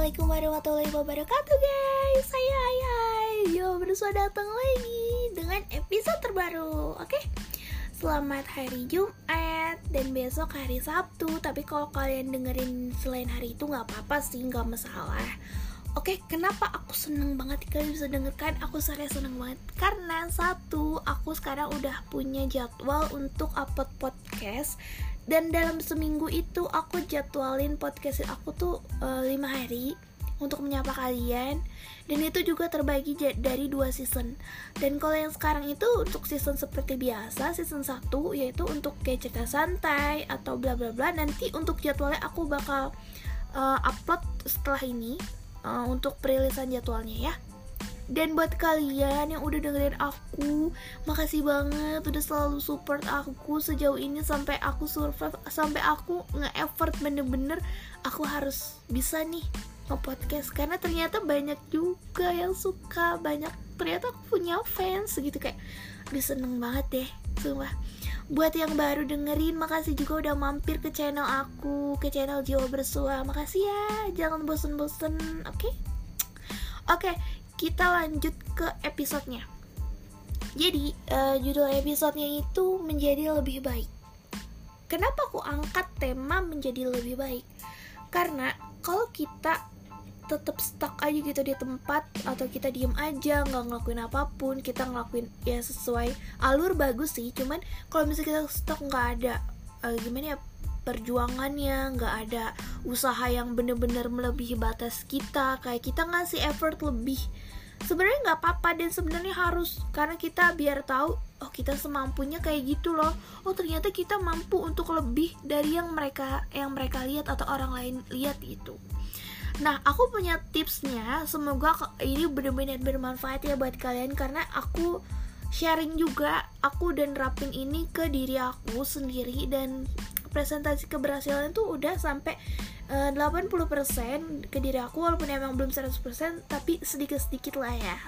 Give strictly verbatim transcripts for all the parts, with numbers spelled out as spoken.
Assalamualaikum warahmatullahi wabarakatuh guys. Saya Ayai. Yo, bersua datang lagi dengan episode terbaru. Oke, selamat hari Jumat dan besok hari Sabtu. Tapi kalau kalian dengerin selain hari itu gak apa-apa sih, gak masalah. Oke, kenapa aku seneng banget kalian bisa dengarkan? Aku serius seneng banget karena satu, aku sekarang udah punya jadwal untuk upload podcast. Dan dalam seminggu itu aku jadwalin podcast aku tuh uh, lima hari untuk menyapa kalian. Dan itu juga terbagi j- dari dua season. Dan kalau yang sekarang itu untuk season seperti biasa, season satu, yaitu untuk kayak cerita santai atau bla bla bla. Nanti untuk jadwalnya aku bakal uh, upload setelah ini uh, untuk perilisan jadwalnya ya. Dan buat kalian yang udah dengerin aku, makasih banget udah selalu support aku sejauh ini sampai aku survive, sampai aku nge-effort bener-bener aku harus bisa nih nge-podcast. Karena ternyata banyak juga yang suka, banyak ternyata aku punya fans gitu, kayak udah seneng banget deh, sumpah. Buat yang baru dengerin, makasih juga udah mampir ke channel aku, ke channel Jiwa Bersua. Makasih ya, jangan bosen-bosen, oke? Okay? Oke, okay. Kita lanjut ke episodenya. Jadi uh, judul episodenya itu menjadi lebih baik. Kenapa aku angkat tema menjadi lebih baik? Karena kalau kita tetap stuck aja gitu di tempat, atau kita diem aja nggak ngelakuin apapun, kita ngelakuin ya sesuai alur bagus sih. Cuman kalau misalnya kita stuck nggak ada uh, gimana ya perjuangannya, nggak ada usaha yang bener-bener melebihi batas kita, kayak kita ngasih effort lebih, sebenarnya nggak apa-apa dan sebenarnya harus, karena kita biar tahu oh kita semampunya kayak gitu loh, oh ternyata kita mampu untuk lebih dari yang mereka yang mereka lihat atau orang lain lihat itu. Nah, aku punya tipsnya, semoga ini benar-benar bermanfaat ya buat kalian, karena aku sharing juga, aku dan nerapin ini ke diri aku sendiri, dan presentasi keberhasilan tuh udah sampai uh, delapan puluh persen ke diri aku, walaupun emang belum seratus persen, tapi sedikit-sedikit lah ya.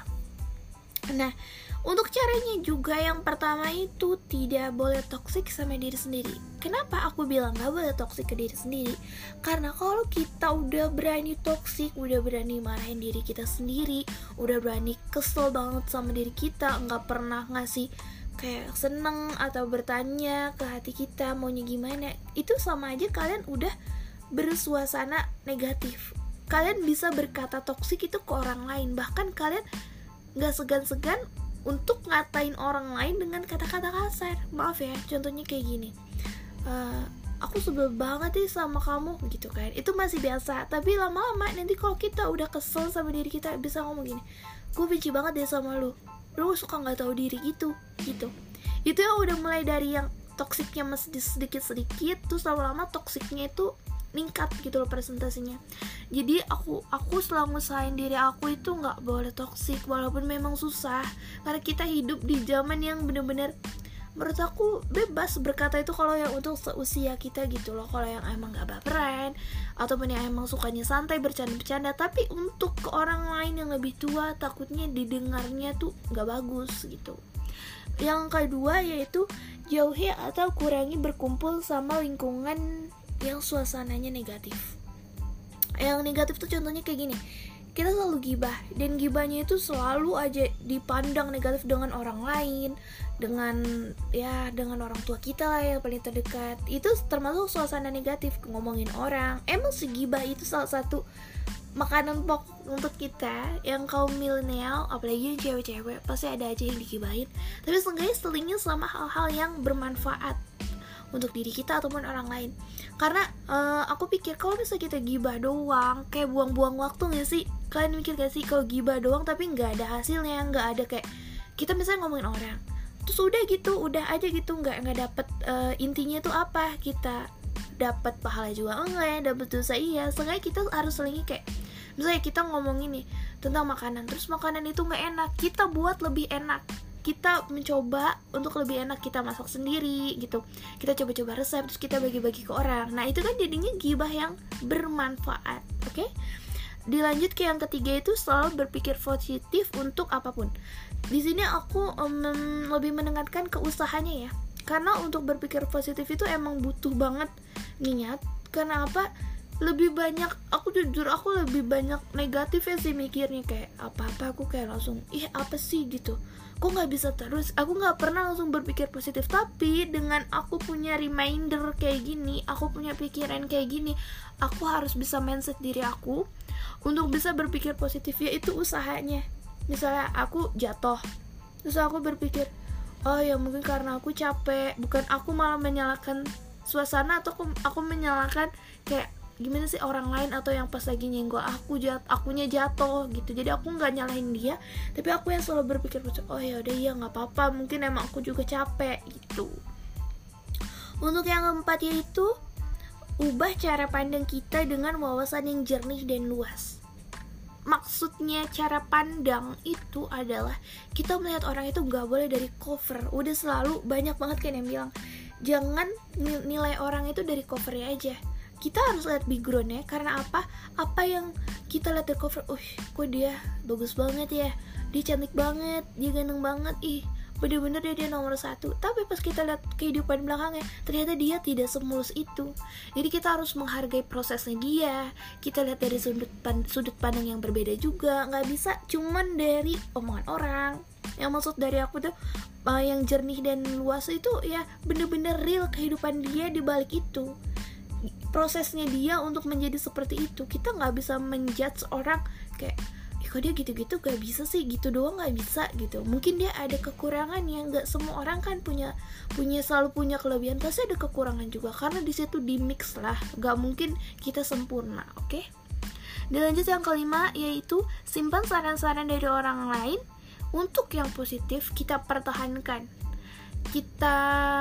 Nah, untuk caranya juga yang pertama itu tidak boleh toksik sama diri sendiri. Kenapa aku bilang gak boleh toksik ke diri sendiri? Karena kalau kita udah berani toksik, udah berani marahin diri kita sendiri, udah berani kesel banget sama diri kita, gak pernah ngasih kayak seneng atau bertanya ke hati kita maunya gimana, itu sama aja kalian udah bersuasana negatif. Kalian bisa berkata toksik itu ke orang lain, bahkan kalian gak segan-segan untuk ngatain orang lain dengan kata-kata kasar. Maaf ya, contohnya kayak gini, uh, aku sebel banget nih sama kamu gitu kan, itu masih biasa. Tapi lama-lama nanti kalau kita udah kesel sama diri kita, bisa ngomong gini, gue benci banget deh sama lu, lu suka gak tahu diri gitu gitu. Itu yang udah mulai dari yang toksiknya masih sedikit-sedikit, terus lama-lama toksiknya itu meningkat gitu loh presentasinya. Jadi aku aku selalu ngusahain diri aku itu nggak boleh toksik, walaupun memang susah, karena kita hidup di zaman yang bener-bener menurut aku bebas berkata itu kalau yang untuk seusia kita gitu loh, kalau yang emang nggak baperan ataupun yang emang sukanya santai bercanda-bercanda. Tapi untuk ke orang lain yang lebih tua, takutnya didengarnya tuh nggak bagus gitu. Yang kedua yaitu jauhi atau kurangi berkumpul sama lingkungan yang suasananya negatif. Yang negatif tuh contohnya kayak gini, kita selalu gibah, dan gibahnya itu selalu aja dipandang negatif dengan orang lain, dengan ya dengan orang tua kita lah yang paling terdekat. Itu termasuk suasana negatif, ngomongin orang. Emang si gibah itu salah satu makanan pokok untuk kita yang kaum milenial, apalagi yang cewek-cewek, pasti ada aja yang digibahin. Tapi seenggaknya selingi sama hal-hal yang bermanfaat untuk diri kita ataupun orang lain. Karena uh, aku pikir kalau misalnya kita gibah doang, kayak buang-buang waktu gak sih? Kalian mikir gak sih kalau gibah doang tapi gak ada hasilnya, gak ada kayak kita misalnya ngomongin orang, terus udah gitu, udah aja gitu, gak, gak dapet uh, intinya tuh apa, kita dapat pahala juga enggak, dapat dosa iya. Seenggaknya kita harus selingi kayak misalnya kita ngomongin nih tentang makanan, terus makanan itu gak enak, kita buat lebih enak, kita mencoba untuk lebih enak, kita masak sendiri gitu, kita coba-coba resep, terus kita bagi-bagi ke orang. Nah itu kan jadinya gibah yang bermanfaat. Oke, okay? Dilanjut ke yang ketiga itu selalu berpikir positif untuk apapun. Di sini aku um, lebih menekankan ke usahanya ya, karena untuk berpikir positif itu emang butuh banget niat. Karena apa? lebih banyak, aku jujur aku lebih banyak negatifnya sih mikirnya, kayak apa-apa aku kayak langsung ih apa sih gitu, kok nggak bisa terus. Aku nggak pernah langsung berpikir positif, tapi dengan aku punya reminder kayak gini, aku punya pikiran kayak gini, aku harus bisa mindset diri aku untuk bisa berpikir positif. Ya itu usahanya. Misalnya aku jatuh, terus aku berpikir, oh ya mungkin karena aku capek, bukan aku malah menyalahkan suasana atau aku, aku menyalahkan kayak gimana sih orang lain atau yang pas lagi nyenggol aku jat akunya jatuh gitu. Jadi aku nggak nyalahin dia, tapi aku yang selalu berpikir, oh ya udah ya nggak apa-apa, mungkin emang aku juga capek gitu. Untuk yang keempat yaitu ubah cara pandang kita dengan wawasan yang jernih dan luas. Maksudnya cara pandang itu adalah kita melihat orang itu nggak boleh dari cover. Udah selalu banyak banget kan yang bilang jangan nilai orang itu dari covernya aja. Kita harus lihat backgroundnya, karena apa? Apa yang kita lihat dari cover, uh, kok dia bagus banget ya, dia cantik banget, dia ganteng banget, ih, bener-bener dia, dia nomor satu. Tapi pas kita lihat kehidupan belakangnya, ternyata dia tidak semulus itu. Jadi kita harus menghargai prosesnya dia. Kita lihat dari sudut, pan- sudut pandang yang berbeda juga. Nggak bisa cuman dari omongan orang. Yang maksud dari aku tuh uh, yang jernih dan luas itu ya bener-bener real kehidupan dia di balik itu, prosesnya dia untuk menjadi seperti itu. Kita nggak bisa menjudge orang kayak kok dia gitu-gitu gak bisa sih, gitu doang gak bisa gitu. Mungkin dia ada kekurangan yang gak semua orang kan punya punya selalu punya kelebihan, pasti ada kekurangan juga, karena di situ di mix lah, gak mungkin kita sempurna. Oke, okay? Dilanjut yang kelima yaitu simpan saran-saran dari orang lain untuk yang positif kita pertahankan. Kita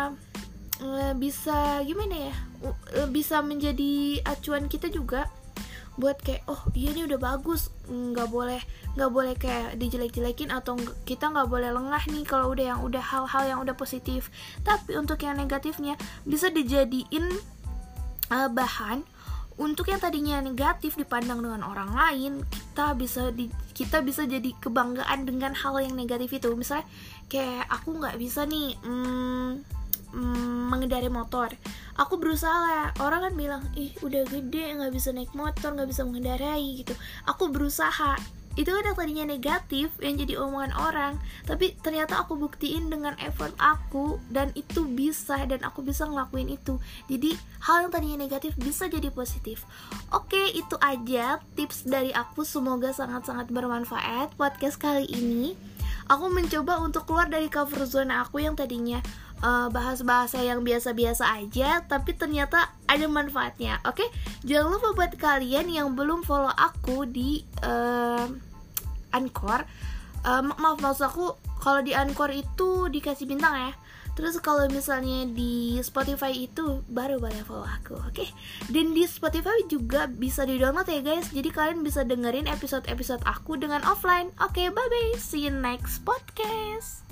uh, bisa gimana ya, uh, bisa menjadi acuan kita juga buat kayak oh iya ini udah bagus, nggak boleh nggak boleh kayak dijelek-jelekin, atau kita nggak boleh lengah nih kalau udah yang udah hal-hal yang udah positif. Tapi untuk yang negatifnya bisa dijadiin uh, bahan untuk yang tadinya negatif dipandang dengan orang lain, kita bisa di, kita bisa jadi kebanggaan dengan hal yang negatif itu. Misalnya kayak aku nggak bisa nih hmm, hmm, mengendarai motor, aku berusaha lah. Orang kan bilang ih udah gede nggak bisa naik motor, nggak bisa mengendarai gitu. Aku berusaha. Itu kan yang tadinya negatif yang jadi omongan orang, tapi ternyata aku buktiin dengan effort aku, dan itu bisa, dan aku bisa ngelakuin itu. Jadi hal yang tadinya negatif bisa jadi positif. Oke, itu aja tips dari aku, semoga sangat-sangat bermanfaat podcast kali ini. Aku mencoba untuk keluar dari cover zone aku yang tadinya Uh, bahas-bahasa yang biasa-biasa aja, tapi ternyata ada manfaatnya. Oke, okay? Jangan lupa buat kalian yang belum follow aku di uh, Anchor, uh, maaf maksud aku kalau di Anchor itu dikasih bintang ya. Terus kalau misalnya di Spotify itu baru boleh follow aku, oke? Okay? Dan di Spotify juga bisa di-download ya guys. Jadi kalian bisa dengerin episode-episode aku dengan offline. Oke, okay, bye-bye. See you next podcast.